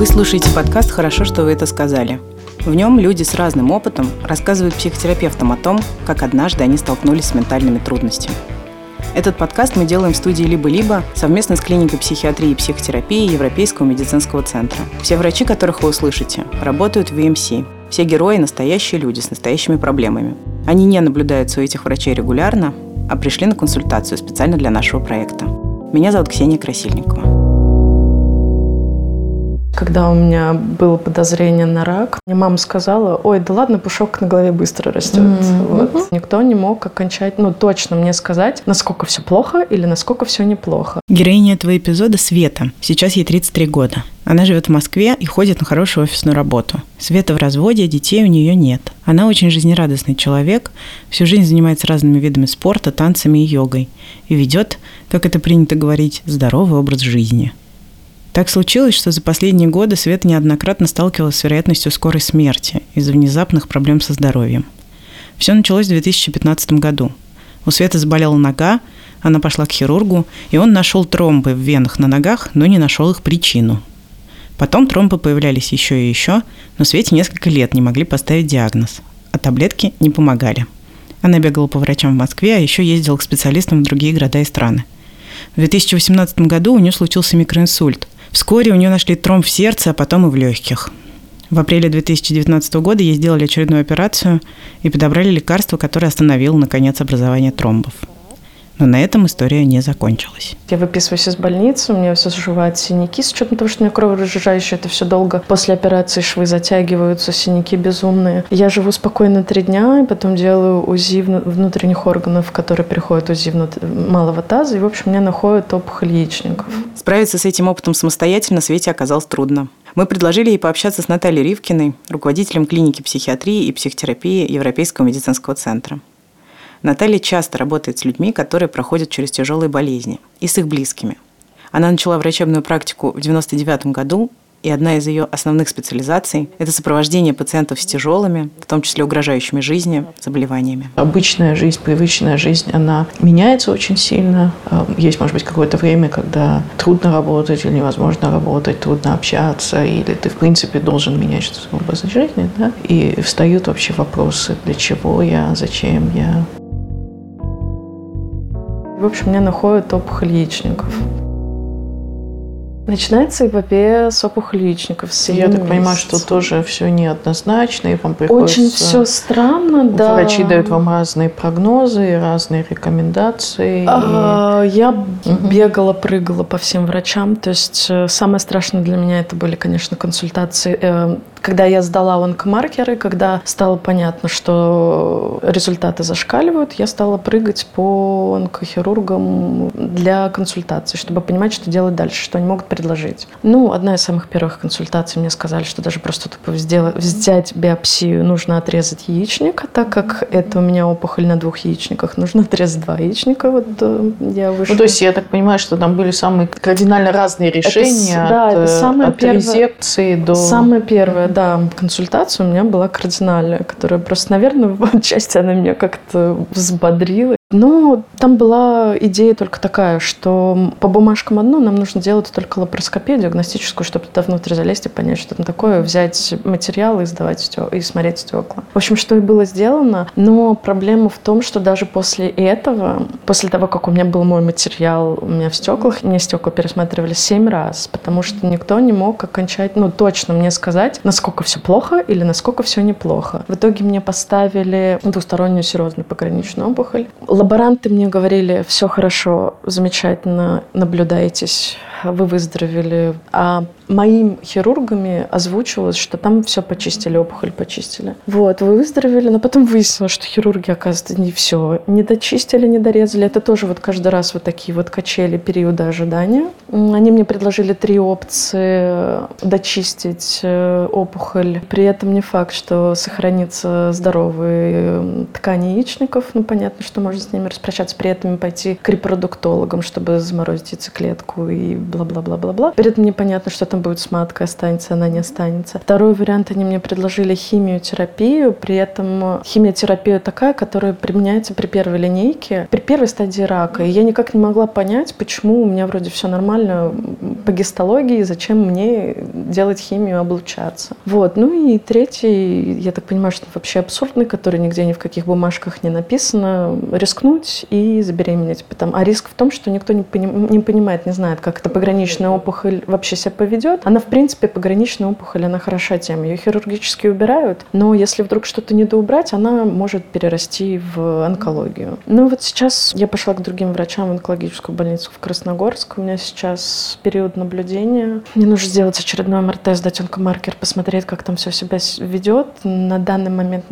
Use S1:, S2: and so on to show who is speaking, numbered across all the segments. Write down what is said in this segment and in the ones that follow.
S1: Вы слушаете подкаст «Хорошо, что вы это сказали». В нем люди с разным опытом рассказывают психотерапевтам о том, как однажды они столкнулись с ментальными трудностями. Этот подкаст мы делаем в студии «Либо-либо» совместно с клиникой психиатрии и психотерапии Европейского медицинского центра. Все врачи, которых вы услышите, работают в VMC. Все герои – настоящие люди с настоящими проблемами. Они не наблюдаются у этих врачей регулярно, а пришли на консультацию специально для нашего проекта. Меня зовут Ксения Красильникова.
S2: Когда у меня было подозрение на рак, мне мама сказала: ой, да ладно, пушок на голове быстро растет. Вот. Никто не мог окончательно, точно мне сказать, насколько все плохо или насколько все неплохо.
S1: Героиня этого эпизода Света. Сейчас ей 33 года. Она живет в Москве и ходит на хорошую офисную работу. Света в разводе, детей у нее нет. Она очень жизнерадостный человек, всю жизнь занимается разными видами спорта, танцами и йогой. И ведет, как это принято говорить, здоровый образ жизни. Так случилось, что за последние годы Света неоднократно сталкивалась с вероятностью скорой смерти из-за внезапных проблем со здоровьем. Все началось в 2015 году. У Светы заболела нога, она пошла к хирургу, и он нашел тромбы в венах на ногах, но не нашел их причину. Потом тромбы появлялись еще и еще, но Свете несколько лет не могли поставить диагноз, а таблетки не помогали. Она бегала по врачам в Москве, а еще ездила к специалистам в другие города и страны. В 2018 году у нее случился микроинсульт. Вскоре у нее нашли тромб в сердце, а потом и в легких. В апреле 2019 года ей сделали очередную операцию и подобрали лекарство, которое остановило, наконец, образование тромбов. Но на этом история не закончилась.
S2: Я выписываюсь из больницы, у меня все заживают синяки, с учетом того, что у меня кроворазжижающее, это все долго. После операции швы затягиваются, синяки безумные. Я живу спокойно 3 дня, и потом делаю УЗИ внутренних органов, которые приходят УЗИ малого таза, и, в общем, меня находят опухоль яичников.
S1: Справиться с этим опытом самостоятельно Свете оказалось трудно. Мы предложили ей пообщаться с Натальей Ривкиной, руководителем клиники психиатрии и психотерапии Европейского медицинского центра. Наталья часто работает с людьми, которые проходят через тяжелые болезни, и с их близкими. Она начала врачебную практику в 1999 году, и одна из ее основных специализаций – это сопровождение пациентов с тяжелыми, в том числе угрожающими жизни, заболеваниями.
S3: Обычная жизнь, привычная жизнь, она меняется очень сильно. Есть, может быть, какое-то время, когда трудно работать или невозможно работать, трудно общаться, или ты, в принципе, должен менять что-то в образе жизни. Да? И встают вообще вопросы: для чего я, зачем я.
S2: В общем, меня находят опухоль яичников. Начинается эпопея с опухолью яичников.
S3: Я так понимаю, что тоже все неоднозначно, и вам приходится...
S2: Очень все странно, да.
S3: Врачи дают вам разные прогнозы, разные рекомендации.
S2: Я бегала, прыгала по всем врачам. То есть самое страшное для меня это были, конечно, консультации. Когда я сдала онкомаркеры, когда стало понятно, что результаты зашкаливают, я стала прыгать по онкохирургам для консультаций, чтобы понимать, что делать дальше, что они могут предложить. Одна из самых первых консультаций, мне сказали, что даже просто взять биопсию, нужно отрезать яичник, так как это у меня опухоль на 2 яичниках, нужно отрезать 2 яичника. Я вышла.
S3: То есть я так понимаю, что там были самые кардинально разные решения, от резекции до...
S2: Самое первое, да, консультация у меня была кардинальная, которая просто, наверное, в части она меня как-то взбодрила. Но там была идея только такая, что по бумажкам одно, нам нужно делать только лапароскопию диагностическую, чтобы туда внутрь залезть и понять, что там такое, взять материалы и сдавать и смотреть стекла. В общем, что и было сделано, но проблема в том, что даже после этого, после того, как у меня был мой материал у меня в стеклах, мне стекла пересматривали 7 раз, потому что никто не мог окончательно, точно мне сказать, насколько все плохо или насколько все неплохо. В итоге мне поставили 2-стороннюю серозную пограничную опухоль. Лаборанты мне говорили: все хорошо, замечательно, наблюдайтесь, вы выздоровели. А моим хирургами озвучивалось, что там все почистили, опухоль почистили. Вы выздоровели, но потом выяснилось, что хирурги, оказывается, не все, не дочистили, не дорезали. Это тоже каждый раз такие качели периода ожидания. Они мне предложили 3 опции дочистить опухоль. При этом не факт, что сохранится здоровые ткани яичников. Понятно, что можно с ними распрощаться. При этом пойти к репродуктологам, чтобы заморозить яйцеклетку и бла-бла-бла-бла-бла. При этом непонятно, что там будет с маткой, останется она, не останется. Второй вариант, они мне предложили химиотерапию, при этом химиотерапия такая, которая применяется при первой линейке, при первой стадии рака. И я никак не могла понять, почему у меня вроде все нормально по гистологии, зачем мне делать химию, облучаться. Вот. Ну и третий, я так понимаю, что вообще абсурдный, который нигде ни в каких бумажках не написано, рискнуть и забеременеть. А риск в том, что никто не понимает, не знает, как эта пограничная опухоль вообще себя поведет. Она, в принципе, пограничная опухоль, она хороша тем. Ее хирургически убирают, но если вдруг что-то недоубрать, она может перерасти в онкологию. Ну вот сейчас я пошла к другим врачам в онкологическую больницу в Красногорск. У меня сейчас период наблюдения. Мне нужно сделать очередной МРТ, сдать онкомаркер, посмотреть, как там все себя ведет. На данный момент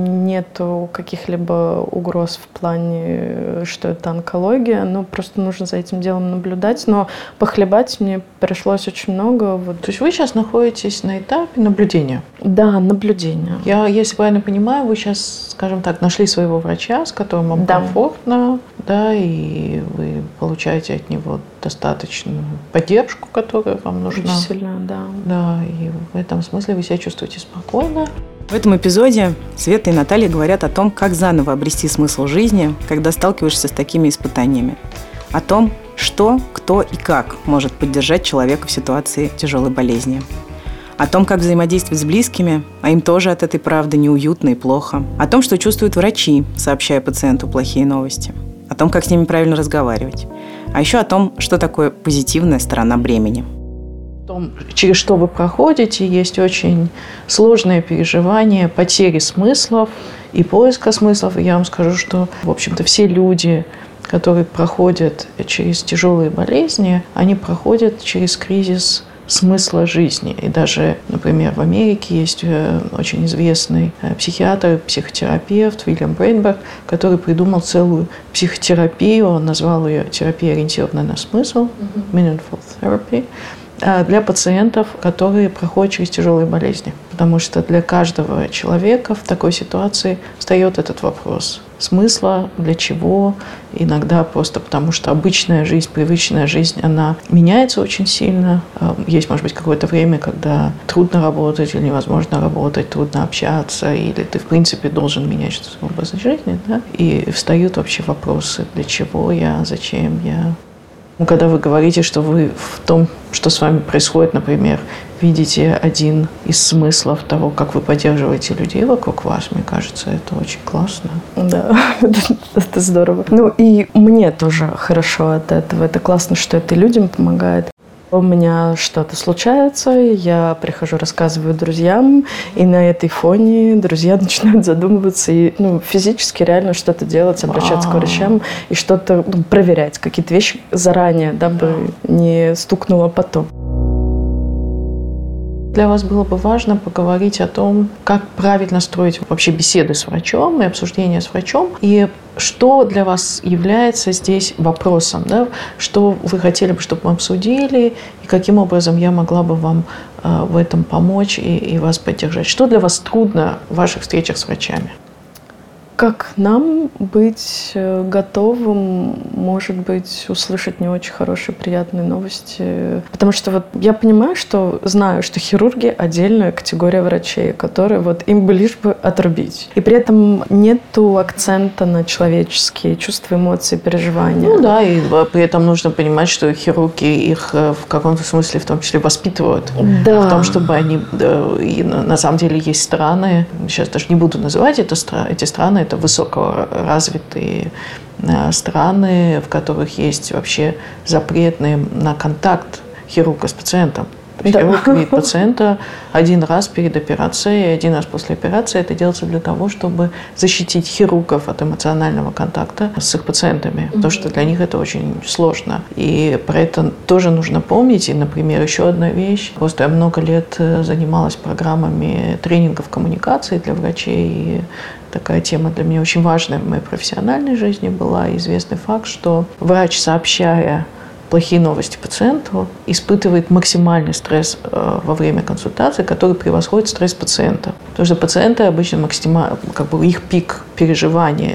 S2: нету каких-либо угроз в плане, что это онкология. Ну, просто нужно за этим делом наблюдать. Но похлебать мне пришлось очень много. Вот.
S3: То есть вы сейчас находитесь на этапе наблюдения?
S2: Да, наблюдения.
S3: Я, если правильно понимаю, вы сейчас, скажем так, нашли своего врача, с которым вам комфортно, да, и вы получаете от него достаточную поддержку, которая вам нужна.
S2: Очень сильно, да.
S3: Да, и в этом смысле вы себя чувствуете спокойно.
S1: В этом эпизоде Света и Наталья говорят о том, как заново обрести смысл жизни, когда сталкиваешься с такими испытаниями. О том, что, кто и как может поддержать человека в ситуации тяжелой болезни. О том, как взаимодействовать с близкими, а им тоже от этой правды неуютно и плохо. О том, что чувствуют врачи, сообщая пациенту плохие новости. О том, как с ними правильно разговаривать. А еще о том, что такое позитивная сторона бремени.
S3: Через что вы проходите, есть очень сложное переживание потери смыслов и поиска смыслов. И я вам скажу, что, в общем-то, все люди, которые проходят через тяжелые болезни, они проходят через кризис смысла жизни. И даже, например, в Америке есть очень известный психиатр, психотерапевт Уильям Брейнберг, который придумал целую психотерапию, он назвал ее терапией, ориентированной на смысл, meaningful therapy, для пациентов, которые проходят через тяжелые болезни. Потому что для каждого человека в такой ситуации встает этот вопрос. Смысла, для чего, иногда просто потому, что обычная жизнь, привычная жизнь, она меняется очень сильно. Есть, может быть, какое-то время, когда трудно работать или невозможно работать, трудно общаться, или ты, в принципе, должен менять что-то в образе жизни, да? И встают вообще вопросы, для чего я, зачем я. Когда вы говорите, что вы в том, что с вами происходит, например, видите один из смыслов того, как вы поддерживаете людей вокруг вас, мне кажется, это очень классно.
S2: Да, это здорово. Ну и мне тоже хорошо от этого. Это классно, что это людям помогает. У меня что-то случается, я прихожу, рассказываю друзьям, и на этой фоне друзья начинают задумываться и физически реально что-то делать, обращаться к врачам и что-то проверять, какие-то вещи заранее, дабы не стукнуло потом.
S3: Для вас было бы важно поговорить о том, как правильно строить вообще беседы с врачом и обсуждения с врачом, и что для вас является здесь вопросом, да? Что вы хотели бы, чтобы мы обсудили, и каким образом я могла бы вам в этом помочь и вас поддержать. Что для вас трудно в ваших встречах с врачами?
S2: Как нам быть готовым, может быть, услышать не очень хорошие, приятные новости? Потому что вот я понимаю, знаю, что хирурги — отдельная категория врачей, которые им бы лишь бы отрубить. И при этом нету акцента на человеческие чувства, эмоции, переживания.
S3: Ну да, и при этом нужно понимать, что хирурги их в каком-то смысле в том числе воспитывают.
S2: Да.
S3: В том, чтобы они... И на самом деле есть страны, сейчас даже не буду называть эти страны, это высокоразвитые страны, в которых есть вообще запрет на контакт хирурга с пациентом. Хирург видит пациента один раз перед операцией и один раз после операции. Это делается для того, чтобы защитить хирургов от эмоционального контакта с их пациентами, потому что для них это очень сложно. И про это тоже нужно помнить. И, например, еще одна вещь. Просто я много лет занималась программами тренингов коммуникации для врачей. И такая тема для меня очень важная в моей профессиональной жизни была. Известный факт, что врач, сообщая плохие новости пациенту, испытывает максимальный стресс во время консультации, который превосходит стресс пациента. Потому что пациенты обычно их пик переживания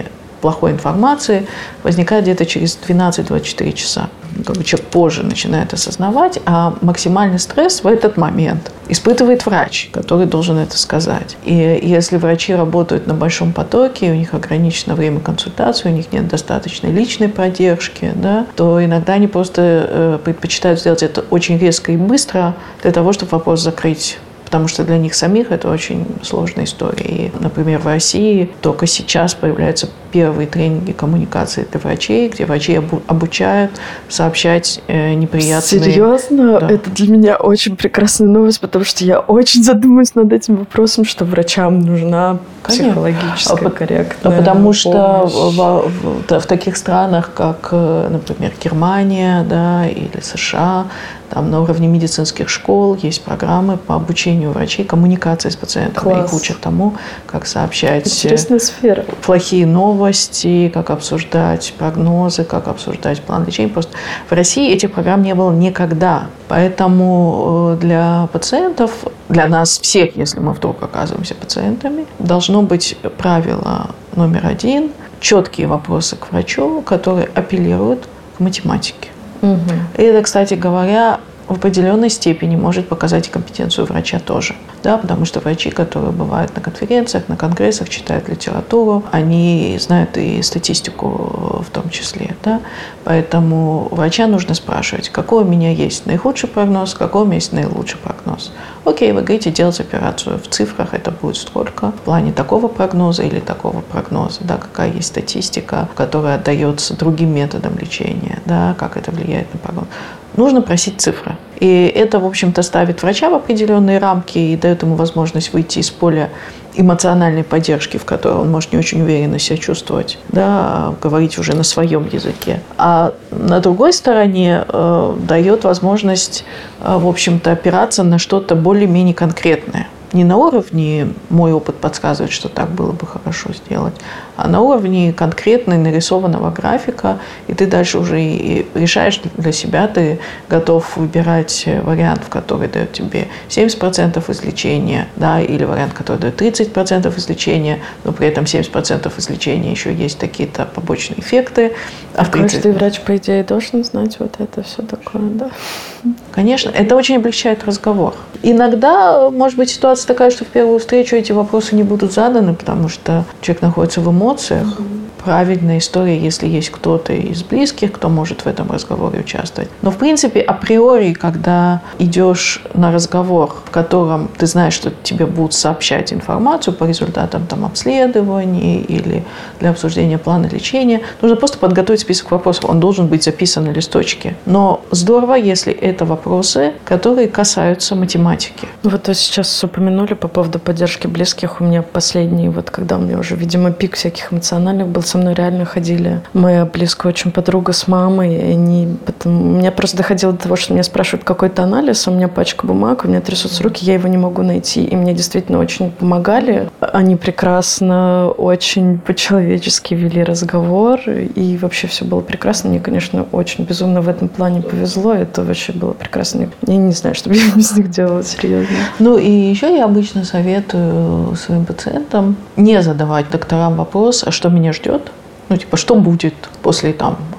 S3: плохой информации возникает где-то через 12-24 часа. Человек позже начинает осознавать, а максимальный стресс в этот момент испытывает врач, который должен это сказать. И если врачи работают на большом потоке, у них ограничено время консультации, у них нет достаточной личной поддержки, да, то иногда они просто предпочитают сделать это очень резко и быстро для того, чтобы вопрос закрыть. Потому что для них самих это очень сложная история. И, например, в России только сейчас появляются первые тренинги коммуникации для врачей, где врачи обучают сообщать неприятные...
S2: Серьезно?
S3: Да.
S2: Это для меня очень прекрасная новость, потому что я очень задумываюсь над этим вопросом, что врачам нужна психологическая корректная
S3: Потому
S2: помощь.
S3: что в таких странах, как, например, Германия, да, или США, там на уровне медицинских школ есть программы по обучению врачей коммуникации с пациентами.
S2: Класс.
S3: Их учат тому, как сообщать
S2: Интересная сфера.
S3: плохие новости, как обсуждать прогнозы, как обсуждать план лечения. Просто в России этих программ не было никогда. Поэтому для пациентов, для нас всех, если мы вдруг оказываемся пациентами, должно быть правило номер 1 – четкие вопросы к врачу, которые апеллируют к математике. И это, кстати говоря, в определенной степени может показать и компетенцию врача тоже. Да, потому что врачи, которые бывают на конференциях, на конгрессах, читают литературу, они знают и статистику в том числе. Да? Поэтому врача нужно спрашивать, какой у меня есть наихудший прогноз, какой у меня есть наилучший прогноз. Окей, вы говорите, делать операцию в цифрах, это будет столько. В плане такого прогноза или такого прогноза, да, какая есть статистика, которая отдается другим методам лечения, да, как это влияет на прогноз. Нужно просить цифры. И это, в общем-то, ставит врача в определенные рамки и дает ему возможность выйти из поля эмоциональной поддержки, в которой он может не очень уверенно себя чувствовать, да, говорить уже на своем языке. А на другой стороне дает возможность, в общем-то, опираться на что-то более-менее конкретное. Не на уровне «мой опыт подсказывает, что так было бы хорошо сделать», а на уровне конкретной нарисованного графика, и ты дальше уже и решаешь для себя, ты готов выбирать вариант, который дает тебе 70% излечения, да, или вариант, который дает 30% излечения, но при этом 70% излечения еще есть какие-то побочные эффекты.
S2: А каждый врач, по идее, должен знать вот это все такое, да?
S3: Конечно, это очень облегчает разговор. Иногда может быть ситуация такая, что в первую встречу эти вопросы не будут заданы, потому что человек находится в эмоциях. Правильная история, если есть кто-то из близких, кто может в этом разговоре участвовать. Но, в принципе, априори, когда идешь на разговор, в котором ты знаешь, что тебе будут сообщать информацию по результатам там, обследований или для обсуждения плана лечения, нужно просто подготовить список вопросов. Он должен быть записан на листочке. Но здорово, если это вопросы, которые касаются математики.
S2: Вот вы сейчас упомянули по поводу поддержки близких. У меня последний, вот когда у меня уже, видимо, пик всяких эмоциональных был, со мной реально ходили моя близкая очень подруга с мамой, и они потом... У меня просто доходило до того, что меня спрашивают какой-то анализ, у меня пачка бумаг, у меня трясутся руки, я его не могу найти. И мне действительно очень помогали. Они прекрасно, очень по-человечески вели разговор, и вообще все было прекрасно. Мне, конечно, очень безумно в этом плане повезло, это вообще было прекрасно. Я не знаю, что я без них делала, серьезно.
S3: Ну и еще я обычно советую своим пациентам не задавать докторам вопрос, а что меня ждет? Ну, типа, что будет после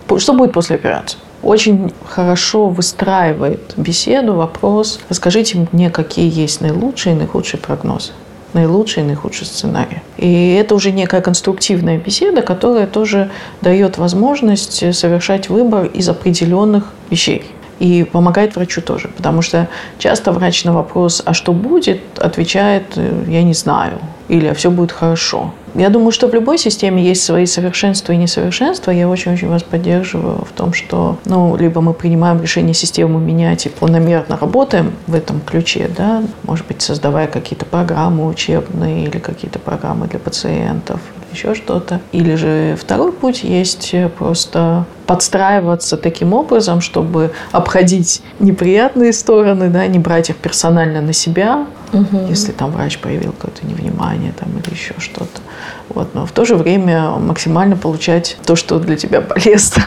S3: операции? Очень хорошо выстраивает беседу вопрос: расскажите мне, какие есть наилучшие и наихудшие прогнозы, наилучшие и наихудшие сценарии. И это уже некая конструктивная беседа, которая тоже дает возможность совершать выбор из определенных вещей. И помогает врачу тоже, потому что часто врач на вопрос «а что будет?» отвечает «я не знаю» или «а все будет хорошо». Я думаю, что в любой системе есть свои совершенства и несовершенства. Я очень-очень вас поддерживаю в том, что либо мы принимаем решение систему менять и планомерно работаем в этом ключе, да, может быть, создавая какие-то программы учебные или какие-то программы для пациентов, еще что-то. Или же второй путь есть просто подстраиваться таким образом, чтобы обходить неприятные стороны, да, не брать их персонально на себя, если там врач проявил какое-то невнимание там, или еще что-то. Вот. Но в то же время максимально получать то, что для тебя полезно,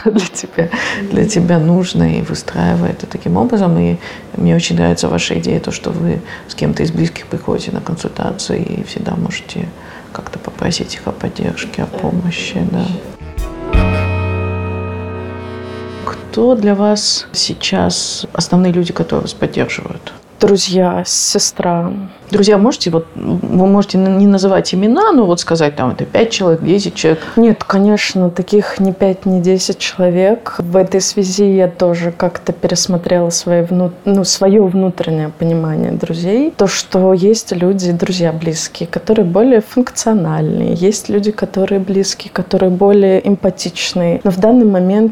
S3: для тебя нужно, и выстраивая это таким образом. И мне очень нравится ваша идея, то, что вы с кем-то из близких приходите на консультацию и всегда можете как-то попросить их о поддержке, о помощи. Да. Кто для вас сейчас основные люди, которые вас поддерживают?
S2: Друзья, сестра.
S3: Друзья, вы можете не называть имена, но вот сказать, там, это 5 человек, 10 человек.
S2: Нет, конечно, таких ни 5, ни 10 человек. В этой связи я тоже как-то пересмотрела свое внутреннее понимание друзей. То, что есть люди, друзья близкие, которые более функциональные. Есть люди, которые близкие, которые более эмпатичные. Но в данный момент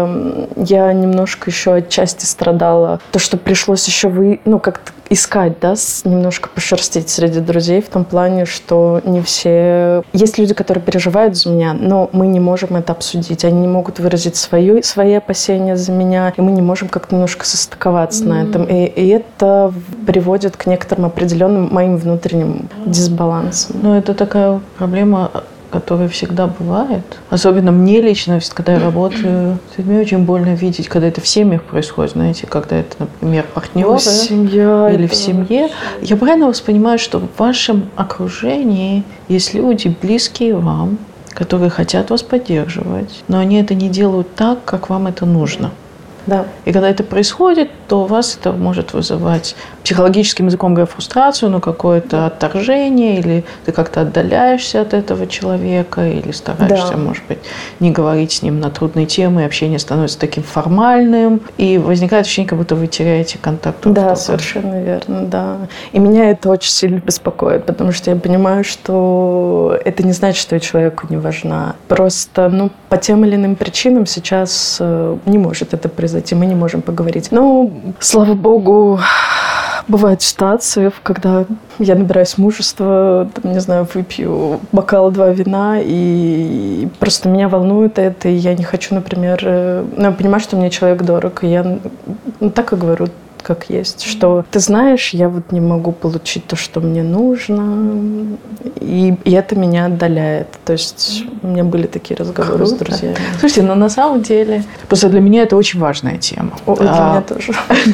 S2: я немножко еще отчасти страдала. То, что пришлось еще как-то искать, немножко пошерстить среди друзей в том плане, что не все... Есть люди, которые переживают за меня, но мы не можем это обсудить. Они не могут выразить свои опасения за меня, и мы не можем как-то немножко состыковаться на этом. И это приводит к некоторым определенным моим внутренним дисбалансам.
S3: Но это такая проблема, которая всегда бывает. Особенно мне лично, когда я работаю с людьми, очень больно видеть, когда это в семьях происходит, знаете, когда это, например, партнеры или в семье. Я правильно воспринимаю, что в вашем окружении есть люди, близкие вам, которые хотят вас поддерживать, но они это не делают так, как вам это нужно.
S2: Да.
S3: И когда это происходит, то у вас это может вызывать психологическим языком говоря фрустрацию, какое-то отторжение, или ты как-то отдаляешься от этого человека, или стараешься, может быть, не говорить с ним на трудные темы, и общение становится таким формальным, и возникает ощущение, как будто вы теряете контакт.
S2: Да, совершенно верно, да. И меня это очень сильно беспокоит, потому что я понимаю, что это не значит, что я человеку не важна. Просто, по тем или иным причинам сейчас не может это произойти. Мы не можем поговорить. Но, слава богу, бывают ситуации, когда я набираюсь мужества, выпью бокал 2 вина, и просто меня волнует это, и я не хочу, например... я понимаю, что мне человек дорог, и я так и говорю, как есть, что ты знаешь, я не могу получить то, что мне нужно, и это меня отдаляет. То есть у меня были такие разговоры с друзьями.
S3: Слушайте, на самом деле, просто для меня это очень важная тема.
S2: Для меня тоже.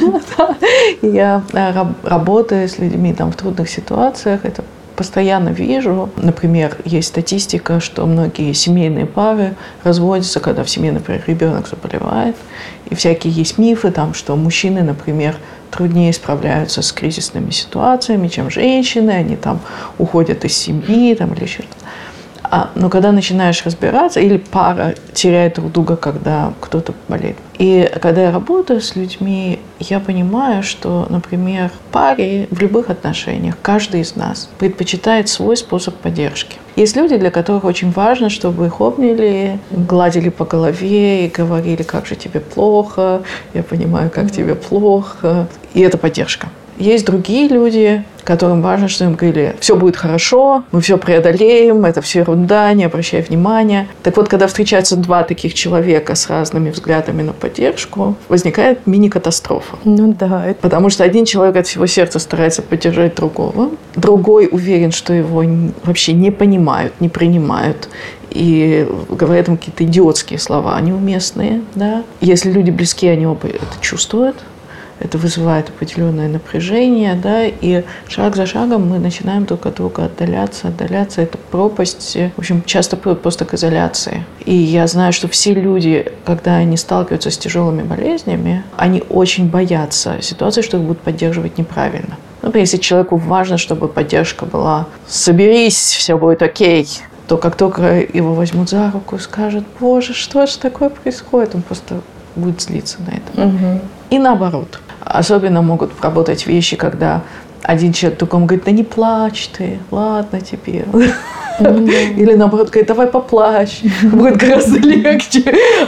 S3: Я работаю с людьми в трудных ситуациях, это постоянно вижу. Например, есть статистика, что многие семейные пары разводятся, когда в семье, например, ребенок заболевает. И всякие есть мифы, что мужчины, например, труднее справляются с кризисными ситуациями, чем женщины. Они уходят из семьи или что-то. Но когда начинаешь разбираться, или пара теряет друг друга, когда кто-то болеет. И когда я работаю с людьми, я понимаю, что, например, в паре, в любых отношениях, каждый из нас предпочитает свой способ поддержки. Есть люди, для которых очень важно, чтобы их обняли, гладили по голове и говорили, как же тебе плохо, я понимаю, как тебе плохо. И это поддержка. Есть другие люди, которым важно, что им говорили, все будет хорошо, мы все преодолеем, это все ерунда, не обращай внимания. Так вот, когда встречаются 2 таких человека с разными взглядами на поддержку, возникает мини-катастрофа. Потому что один человек от всего сердца старается поддержать другого, другой уверен, что его вообще не понимают, не принимают, и говорят ему какие-то идиотские слова, неуместные. Да? Если люди близкие, они оба это чувствуют. Это вызывает определенное напряжение, и шаг за шагом мы начинаем друг от друга отдаляться. Это пропасть, в общем, часто просто к изоляции. И я знаю, что все люди, когда они сталкиваются с тяжелыми болезнями, они очень боятся ситуации, что их будут поддерживать неправильно. Например, если человеку важно, чтобы поддержка была «соберись, все будет окей», то как только его возьмут за руку и скажут «Боже, что же такое происходит?», он просто будет злиться на это. И наоборот. Особенно могут работать вещи, когда один человек другому говорит, да не плачь ты, ладно тебе. Или наоборот говорит, давай поплачь, будет гораздо легче.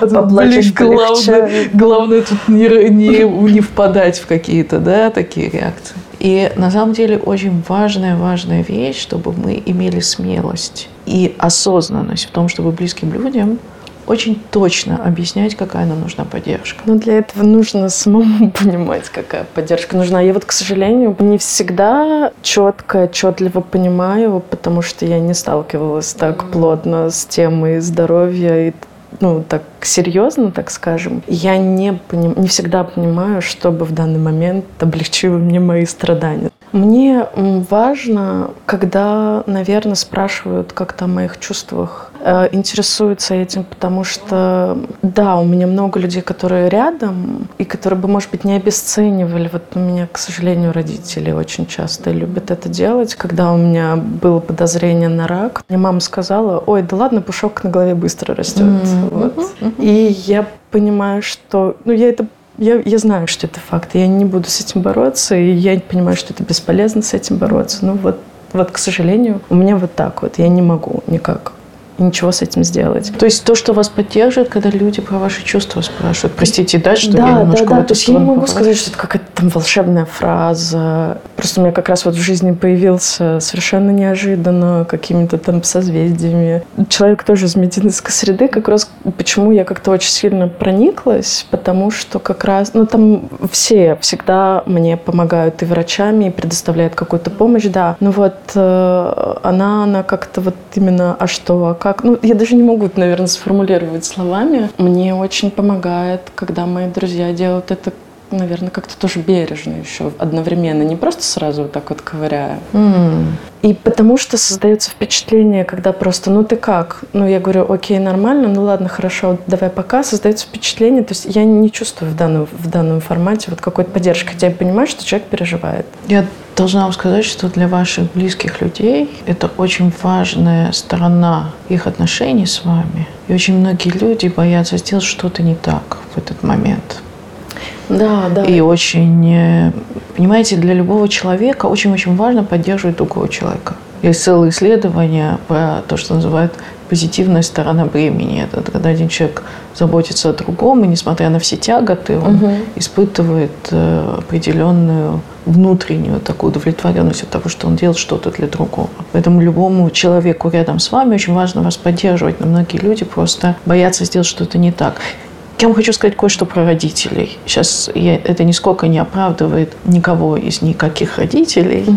S3: Главное тут не впадать в какие-то такие реакции. И на самом деле очень важная вещь, чтобы мы имели смелость и осознанность в том, чтобы близким людям очень точно объяснять, какая нам нужна поддержка.
S2: Но для этого нужно самому понимать, какая поддержка нужна. Я к сожалению, не всегда четко, отчетливо понимаю, потому что я не сталкивалась так плотно с темой здоровья и так серьезно, так скажем. Я не всегда понимаю, что бы в данный момент облегчило мне мои страдания. Мне важно, когда, наверное, спрашивают как-то о моих чувствах, интересуются этим, потому что, да, у меня много людей, которые рядом, и которые бы, может быть, не обесценивали. Вот у меня, к сожалению, родители очень часто любят это делать. Когда у меня было подозрение на рак, мне мама сказала: ой, да ладно, пушок на голове быстро растет. Вот. И я понимаю, что... Я знаю, что это факт, я не буду с этим бороться, и я понимаю, что это бесполезно с этим бороться. Но вот, к сожалению, у меня вот так вот, я не могу никак ничего с этим сделать.
S3: То есть то, что вас поддерживает, когда люди про ваши чувства спрашивают. Простите, да, что я немножко в эту
S2: то есть я не
S3: сторону
S2: могу сказать, что это какая-то там волшебная фраза. Просто у меня как раз вот в жизни появился совершенно неожиданно какими-то там созвездиями. Человек тоже из медицинской среды, как раз почему я как-то очень сильно прониклась, потому что как раз, там все всегда мне помогают и врачами, и предоставляют какую-то помощь, да. Но вот она как-то вот именно, а что, а как? Я даже не могу, наверное, сформулировать словами. Мне очень помогает, когда мои друзья делают это, наверное, как-то тоже бережно еще одновременно, не просто сразу вот так вот ковыряя. И потому что создается впечатление, когда просто, ты как? Я говорю, окей, нормально, ладно, хорошо, давай пока. Создается впечатление, то есть я не чувствую в данном формате вот какой-то поддержки, хотя я понимаю, что человек переживает.
S3: Я должна вам сказать, что для ваших близких людей это очень важная сторона их отношений с вами. И очень многие люди боятся сделать что-то не так в этот момент.
S2: Да.
S3: И очень, понимаете, для любого человека очень-очень важно поддерживать другого человека. Есть целое исследование про то, что называют позитивная сторона бремени. Это когда один человек заботится о другом, и несмотря на все тяготы, он испытывает определенную внутреннюю такую удовлетворенность от того, что он делает что-то для другого. Поэтому любому человеку рядом с вами очень важно вас поддерживать. Но многие люди просто боятся сделать что-то не так. Я вам хочу сказать кое-что про родителей. Сейчас это нисколько не оправдывает никого из никаких родителей,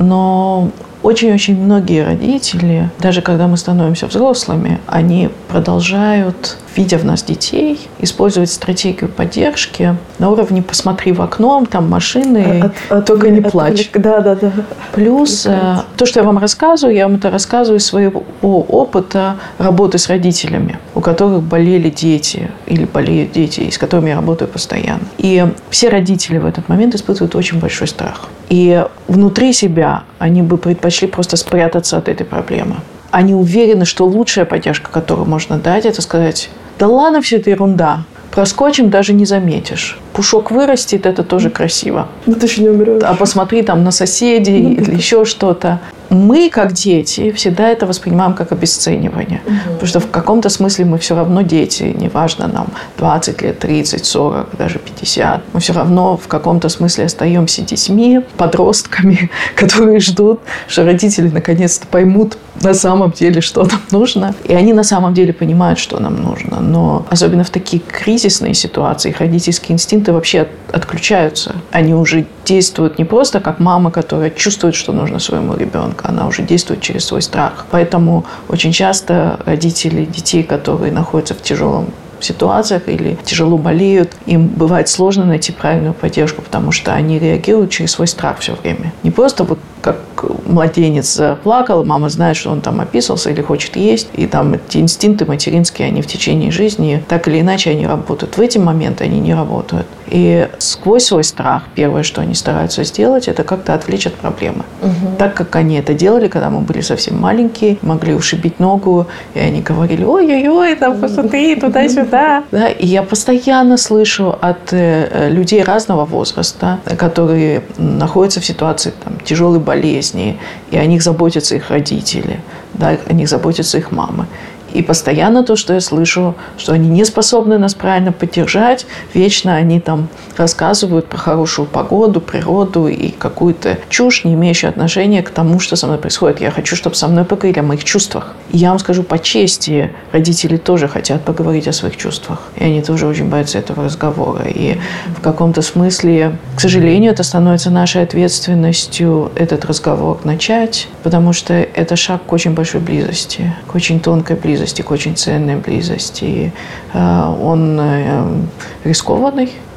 S3: но очень-очень многие родители, даже когда мы становимся взрослыми, они продолжают, видя в нас детей, использовать стратегию поддержки на уровне «посмотри в окно, там машины, только не плачь».
S2: Да.
S3: Плюс то, что я вам это рассказываю из своего опыта работы с родителями, у которых болели дети или болеют дети, с которыми я работаю постоянно. И все родители в этот момент испытывают очень большой страх. И внутри себя они бы предпочли просто спрятаться от этой проблемы. Они уверены, что лучшая поддержка, которую можно дать, это сказать: да ладно, все это ерунда. Проскочим, даже не заметишь. Пушок вырастет, это тоже красиво.
S2: Ты же не умрешь.
S3: А посмотри там на соседей или еще что-то. Мы, как дети, всегда это воспринимаем как обесценивание. Потому что в каком-то смысле мы все равно дети. Неважно, нам 20 лет, 30, 40, даже 50. Мы все равно в каком-то смысле остаемся детьми, подростками, которые ждут, что родители наконец-то поймут на самом деле, что нам нужно. И они на самом деле понимают, что нам нужно. Но особенно в такие кризисные ситуации их родительские инстинкты вообще отключаются. Они уже действуют не просто как мама, которая чувствует, что нужно своему ребенку. Она уже действует через свой страх. Поэтому очень часто родители детей, которые находятся в тяжелом ситуациях или тяжело болеют, им бывает сложно найти правильную поддержку, потому что они реагируют через свой страх все время. Не просто вот как младенец плакал, мама знает, что он там описался или хочет есть, и там эти инстинкты материнские, они в течение жизни, так или иначе, они работают. В эти моменты они не работают. И сквозь свой страх первое, что они стараются сделать, это как-то отвлечь от проблемы. Так как они это делали, когда мы были совсем маленькие, могли ушибить ногу, и они говорили: ой-ой-ой, там посмотри, туда-сюда. Да? И я постоянно слышу от людей разного возраста, которые находятся в ситуации тяжелой болезни, и о них заботятся их родители, да, о них заботятся их мамы. И постоянно то, что я слышу, что они не способны нас правильно поддержать, вечно они там рассказывают про хорошую погоду, природу и какую-то чушь, не имеющую отношения к тому, что со мной происходит. Я хочу, чтобы со мной поговорили о моих чувствах. И я вам скажу по чести, родители тоже хотят поговорить о своих чувствах. И они тоже очень боятся этого разговора. И в каком-то смысле, к сожалению, это становится нашей ответственностью этот разговор начать, потому что это шаг к очень большой близости, к очень тонкой близости, к очень ценной близости. Он рискованный,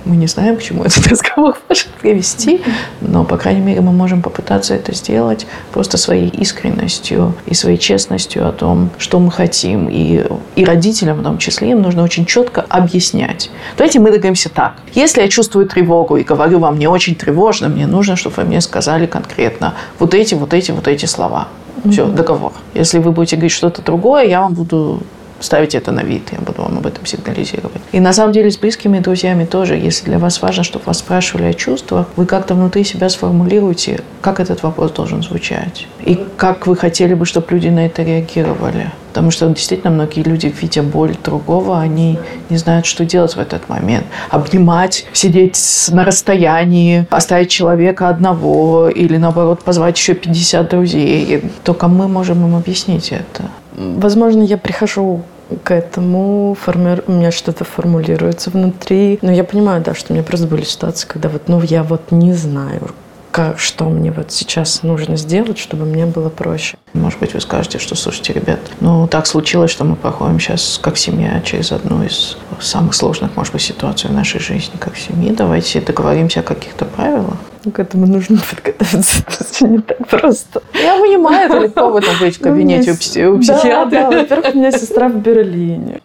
S3: Мы не знаем, к чему этот разговор может привести, но, по крайней мере, мы можем попытаться это сделать просто своей искренностью и своей честностью о том, что мы хотим. И родителям в том числе им нужно очень четко объяснять. Давайте мы договоримся так. Если я чувствую тревогу и говорю вам, мне очень тревожно, мне нужно, чтобы вы мне сказали конкретно вот эти слова. Все, договор. Если вы будете говорить что-то другое, я вам буду ставить это на вид, я буду вам об этом сигнализировать. И на самом деле с близкими друзьями тоже, если для вас важно, чтобы вас спрашивали о чувствах, вы как-то внутри себя сформулируете, как этот вопрос должен звучать. И как вы хотели бы, чтобы люди на это реагировали. Потому что действительно многие люди, видя боль другого, они не знают, что делать в этот момент. Обнимать, сидеть на расстоянии, оставить человека одного или, наоборот, позвать еще 50 друзей. И только мы можем им объяснить это.
S2: Возможно, я прихожу к этому, у меня что-то формулируется внутри. Но я понимаю, да, что у меня просто были ситуации, когда я не знаю, что мне вот сейчас нужно сделать, чтобы мне было проще.
S3: Может быть, вы скажете, что, слушайте, ребят, так случилось, что мы проходим сейчас как семья через одну из самых сложных, может быть, ситуаций в нашей жизни как семьи. Давайте договоримся о каких-то правилах.
S2: К этому нужно подготовиться. Это не так просто.
S3: Я понимаю, это легко в этом быть в кабинете у психиатра.
S2: Да, во-первых, у меня сестра в Берлине.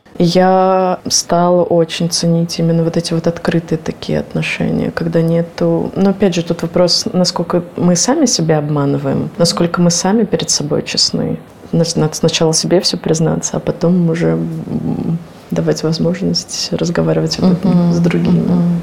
S2: Я стала очень ценить именно вот эти вот открытые такие отношения, когда нету... Но опять же, тут вопрос, насколько мы сами себя обманываем, насколько мы сами перед собой честны. Надо сначала себе все признаться, а потом уже давать возможность разговаривать об этом с другими.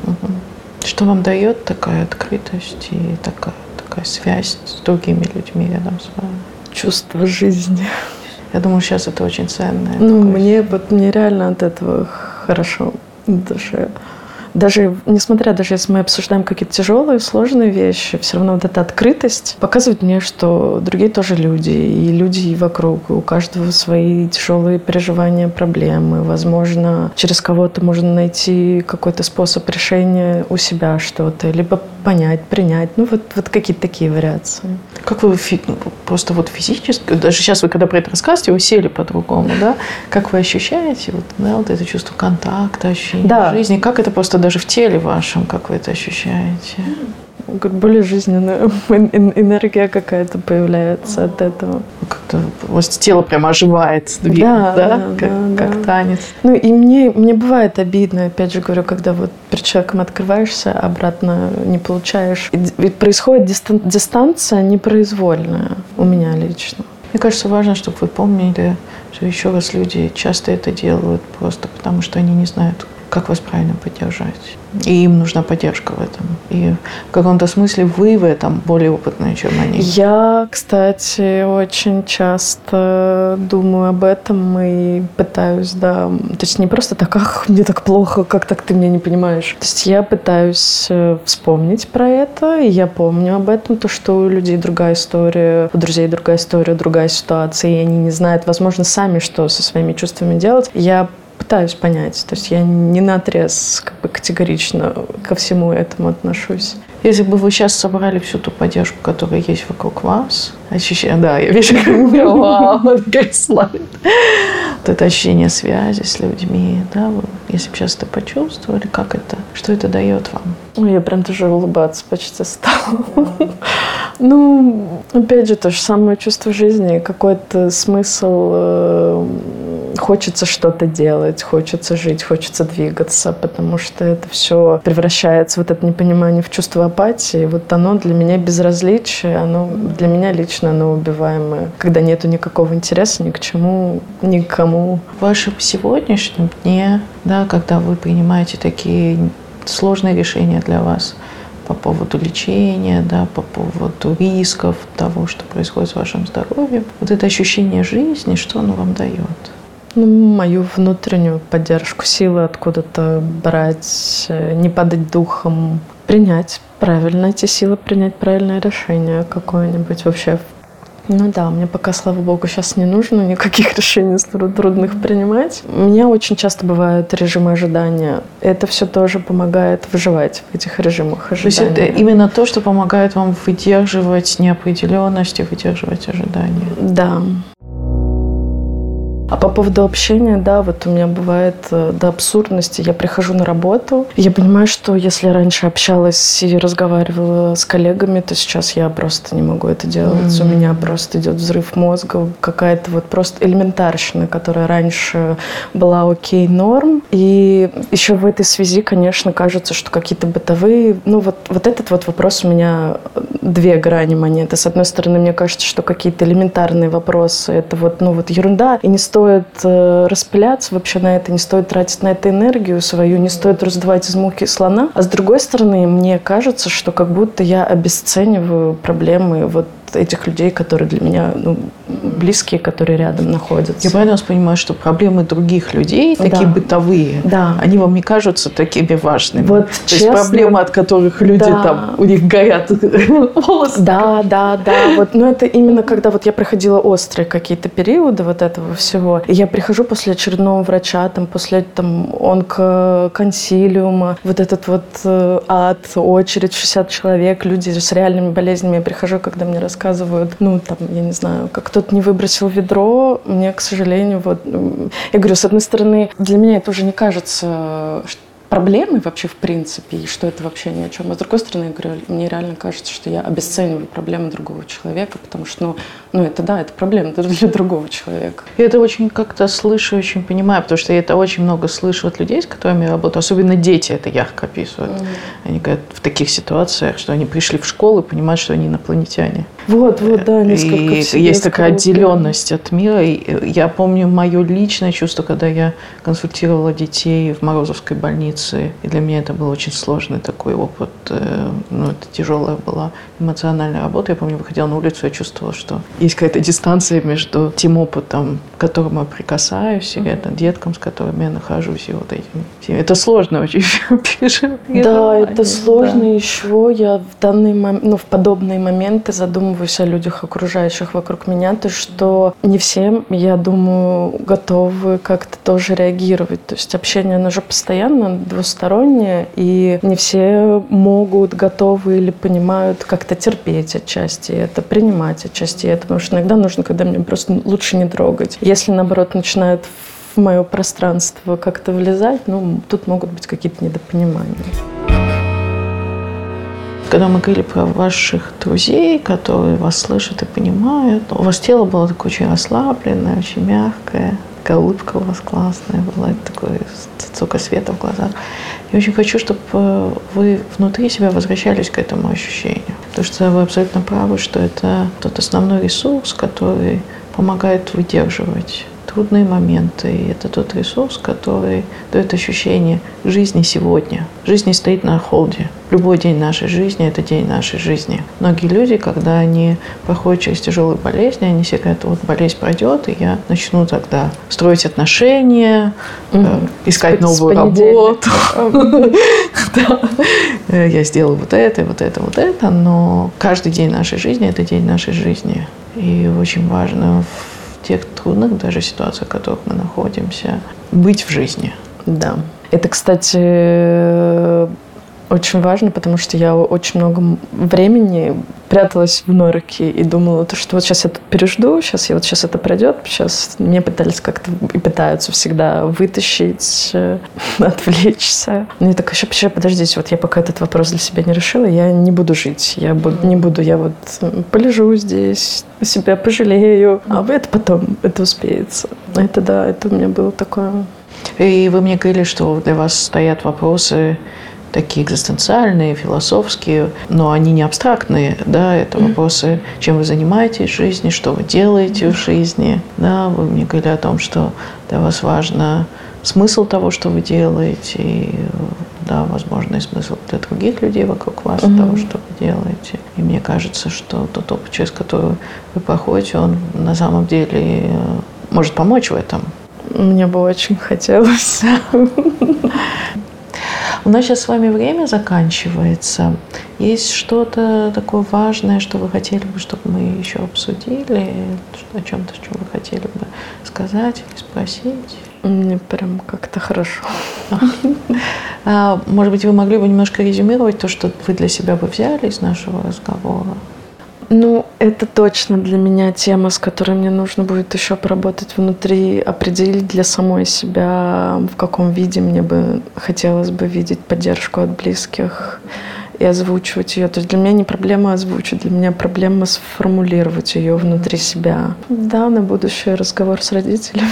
S3: Что вам дает такая открытость и такая связь с другими людьми рядом с вами?
S2: Чувство жизни.
S3: Я думаю, сейчас это очень ценно.
S2: Мне реально от этого хорошо в душе. Даже если мы обсуждаем какие-то тяжелые, сложные вещи, все равно вот эта открытость показывает мне, что другие тоже люди, и люди вокруг, у каждого свои тяжелые переживания, проблемы. Возможно, через кого-то можно найти какой-то способ решения у себя что-то, либо понять, принять. Вот какие-то такие вариации.
S3: Как вы просто физически, даже сейчас вы, когда про это рассказываете, вы сели по-другому, да? Как вы ощущаете вот это чувство контакта, ощущения жизни? Как это просто даже в теле вашем, как вы это ощущаете?
S2: Как более жизненная энергия какая-то появляется от этого.
S3: Как-то у вас тело прямо оживает, как танец.
S2: И мне бывает обидно, опять же говорю, когда перед человеком открываешься, обратно не получаешь. Ведь происходит дистанция непроизвольная у меня лично.
S3: Мне кажется, важно, чтобы вы помнили, что еще раз люди часто это делают просто потому, что они не знают, как вас правильно поддержать. И им нужна поддержка в этом. И в каком-то смысле вы в этом более опытные, чем они.
S2: Я, кстати, очень часто думаю об этом и пытаюсь, То есть не просто так, ах, мне так плохо, как так ты меня не понимаешь. То есть я пытаюсь вспомнить про это, и я помню об этом, то, что у людей другая история, у друзей другая история, другая ситуация, и они не знают, возможно, сами, что со своими чувствами делать. Я пытаюсь понять. То есть я не наотрез категорично ко всему этому отношусь.
S3: Если бы вы сейчас собрали всю ту поддержку, которая есть вокруг вас, я вижу, как вау, как славит. Вот это ощущение связи с людьми, вы, если бы сейчас это почувствовали, как это, что это дает вам?
S2: Я прям тоже улыбаться почти стала. Опять же, то же самое чувство жизни, какой-то смысл. Хочется что-то делать, хочется жить, хочется двигаться, потому что это все превращается, это непонимание, в чувство апатии. Оно для меня безразличие, для меня лично оно убиваемое. Когда нету никакого интереса ни к чему, ни к кому.
S3: В вашем сегодняшнем дне, когда вы принимаете такие сложные решения для вас по поводу лечения, по поводу рисков того, что происходит с вашим здоровьем, это ощущение жизни, что оно вам дает?
S2: Мою внутреннюю поддержку, силы откуда-то брать, не падать духом, принять правильно эти силы, принять правильное решение какое-нибудь вообще. Мне пока, слава богу, сейчас не нужно никаких решений трудных принимать. У меня очень часто бывают режимы ожидания. Это все тоже помогает выживать в этих режимах ожидания.
S3: То есть это именно то, что помогает вам выдерживать неопределенность и выдерживать ожидания?
S2: Да. А по поводу общения, да, вот у меня бывает до абсурдности. Я прихожу на работу, и я понимаю, что если я раньше общалась и разговаривала с коллегами, то сейчас я просто не могу это делать. У меня просто идет взрыв мозга, какая-то вот просто элементарщина, которая раньше была окей, норм. И еще в этой связи, конечно, кажется, что какие-то бытовые... Ну вот этот вот вопрос у меня две грани монеты. С одной стороны, мне кажется, что какие-то элементарные вопросы — это вот, ну вот ерунда, и не стоит распыляться вообще на это, не стоит тратить на это энергию свою, не стоит раздувать из муки слона. А с другой стороны, мне кажется, что как будто я обесцениваю проблемы вот этих людей, которые для меня близкие, которые рядом находятся.
S3: Я правильно вас понимаю, что проблемы других людей, такие бытовые, они вам не кажутся такими важными?
S2: Вот,
S3: то есть проблемы, от которых люди там, у них горят волосы.
S2: Да. Вот, но это именно когда вот я проходила острые какие-то периоды вот этого всего. И я прихожу после очередного врача, там, после онкоконсилиума, вот этот вот ад, очередь, 60 человек, люди с реальными болезнями. Я прихожу, когда мне рассказывают, я не знаю, как кто-то не выбросил ведро, мне, к сожалению, вот... Я говорю, с одной стороны, для меня это уже не кажется проблемой вообще в принципе, и что это вообще ни о чем. А с другой стороны, я говорю, мне реально кажется, что я обесцениваю проблемы другого человека, потому что, это проблема, это для другого человека.
S3: Я это очень как-то слышу, очень понимаю, потому что я это очень много слышу от людей, с которыми я работаю. Особенно дети это ярко описывают. Они говорят в таких ситуациях, что они пришли в школу и понимают, что они инопланетяне.
S2: Вот, да, несколько
S3: и есть такая отделенность от мира. И я помню мое личное чувство, когда я консультировала детей в Морозовской больнице. И для меня это был очень сложный такой опыт. Это тяжелая была эмоциональная работа. Я помню, выходила на улицу, я чувствовала, что есть какая-то дистанция между тем опытом, к которому я прикасаюсь, или это деткам, с которыми я нахожусь, и вот этим. Это сложно очень переживать.
S2: Да, это сложно. Да. Еще я в подобные моменты задумываюсь о людях, окружающих вокруг меня, то что не все, я думаю, готовы как-то тоже реагировать. То есть общение, оно же постоянно двустороннее, и не все могут, готовы или понимают как-то терпеть отчасти это, принимать отчасти это, потому что иногда нужно, когда мне просто лучше не трогать. Если, наоборот, начинают в мое пространство как-то влезать, тут могут быть какие-то недопонимания.
S3: Когда мы говорили про ваших друзей, которые вас слышат и понимают, у вас тело было такое очень расслабленное, очень мягкое, такая улыбка у вас классная была, такой столько света в глазах. Я очень хочу, чтобы вы внутри себя возвращались к этому ощущению. Потому что вы абсолютно правы, что это тот основной ресурс, который помогает выдерживать трудные моменты. И это тот ресурс, который дает ощущение жизни сегодня. Жизнь не стоит на холде. Любой день нашей жизни – это день нашей жизни. Многие люди, когда они проходят через тяжелые болезни, они себе говорят, вот болезнь пройдет, и я начну тогда строить отношения, искать новую работу. Я сделаю вот это. Но каждый день нашей жизни – это день нашей жизни. И очень важно в тех трудных даже ситуациях, в которых мы находимся, быть в жизни.
S2: Да. Это, кстати, очень важно, потому что я очень много времени пряталась в норке и думала, что вот сейчас я тут пережду, сейчас это пройдет, сейчас меня пытались как-то и пытаются всегда вытащить, отвлечься. Но я так еще подождите, вот я пока этот вопрос для себя не решила, я не буду жить, я вот полежу здесь, себя пожалею, а это потом, это успеется. Это у меня было такое.
S3: И вы мне говорили, что для вас стоят вопросы такие экзистенциальные, философские, но они не абстрактные, да, это вопросы, чем вы занимаетесь в жизни, что вы делаете в жизни, да, вы мне говорили о том, что для вас важно смысл того, что вы делаете, и, да, возможно, и смысл для других людей вокруг вас, того, что вы делаете. И мне кажется, что тот опыт, через который вы проходите, он на самом деле может помочь в этом.
S2: Мне бы очень хотелось.
S3: У нас сейчас с вами время заканчивается. Есть что-то такое важное, что вы хотели бы, чтобы мы еще обсудили? О чем-то, что вы хотели бы сказать или спросить?
S2: Мне прям как-то хорошо.
S3: Может быть, вы могли бы немножко резюмировать то, что вы для себя бы взяли из нашего разговора?
S2: Это точно для меня тема, с которой мне нужно будет еще поработать внутри, определить для самой себя, в каком виде мне бы хотелось бы видеть поддержку от близких и озвучивать ее. То есть для меня не проблема озвучить, для меня проблема сформулировать ее внутри себя. Да, на будущее разговор с родителями.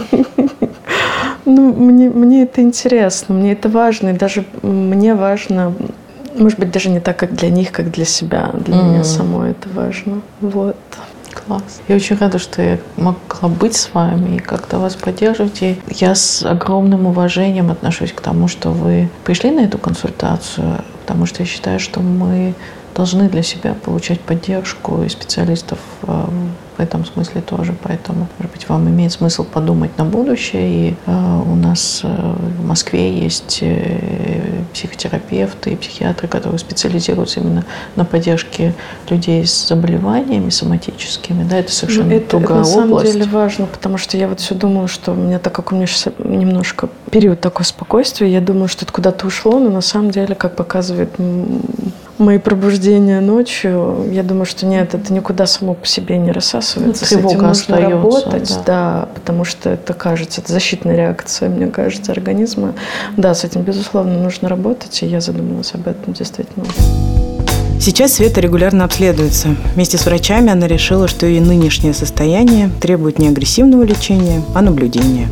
S2: Мне это интересно, мне это важно, и даже мне важно, может быть, даже не так, как для них, как для себя. Для меня самой это важно. Вот.
S3: Класс. Я очень рада, что я могла быть с вами и как-то вас поддерживать. И я с огромным уважением отношусь к тому, что вы пришли на эту консультацию, потому что я считаю, что мы должны для себя получать поддержку и специалистов в этом смысле тоже. Поэтому, может быть, вам имеет смысл подумать на будущее. И у нас в Москве есть психотерапевты и психиатры, которые специализируются именно на поддержке людей с заболеваниями соматическими. Да, это совершенно другая область.
S2: Это на самом деле важно, потому что я вот все думала, что у меня, так как у меня сейчас немножко период такой спокойствия, я думаю, что это куда-то ушло, но на самом деле, как показывает мои пробуждения ночью, я думаю, что нет, это никуда само по себе не рассасывается.
S3: Тревога
S2: с этим нужно
S3: остается,
S2: работать, да, потому что это кажется, это защитная реакция, мне кажется, организма. Да, с этим, безусловно, нужно работать, и я задумалась об этом действительно.
S1: Сейчас Света регулярно обследуется. Вместе с врачами она решила, что ее нынешнее состояние требует не агрессивного лечения, а наблюдения.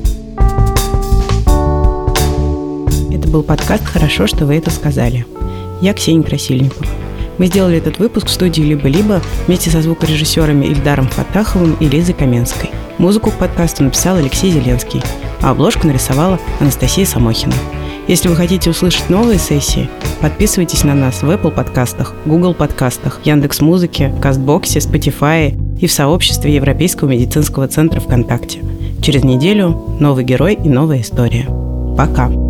S1: Это был подкаст «Хорошо, что вы это сказали». Я Ксения Красильникова. Мы сделали этот выпуск в студии «Либо-либо» вместе со звукорежиссерами Ильдаром Фаттаховым и Лизой Каменской. Музыку к подкасту написал Алексей Зеленский, а обложку нарисовала Анастасия Самохина. Если вы хотите услышать новые сессии, подписывайтесь на нас в Apple подкастах, Google подкастах, Яндекс.Музыке, Кастбоксе, Spotify и в сообществе Европейского медицинского центра ВКонтакте. Через неделю новый герой и новая история. Пока!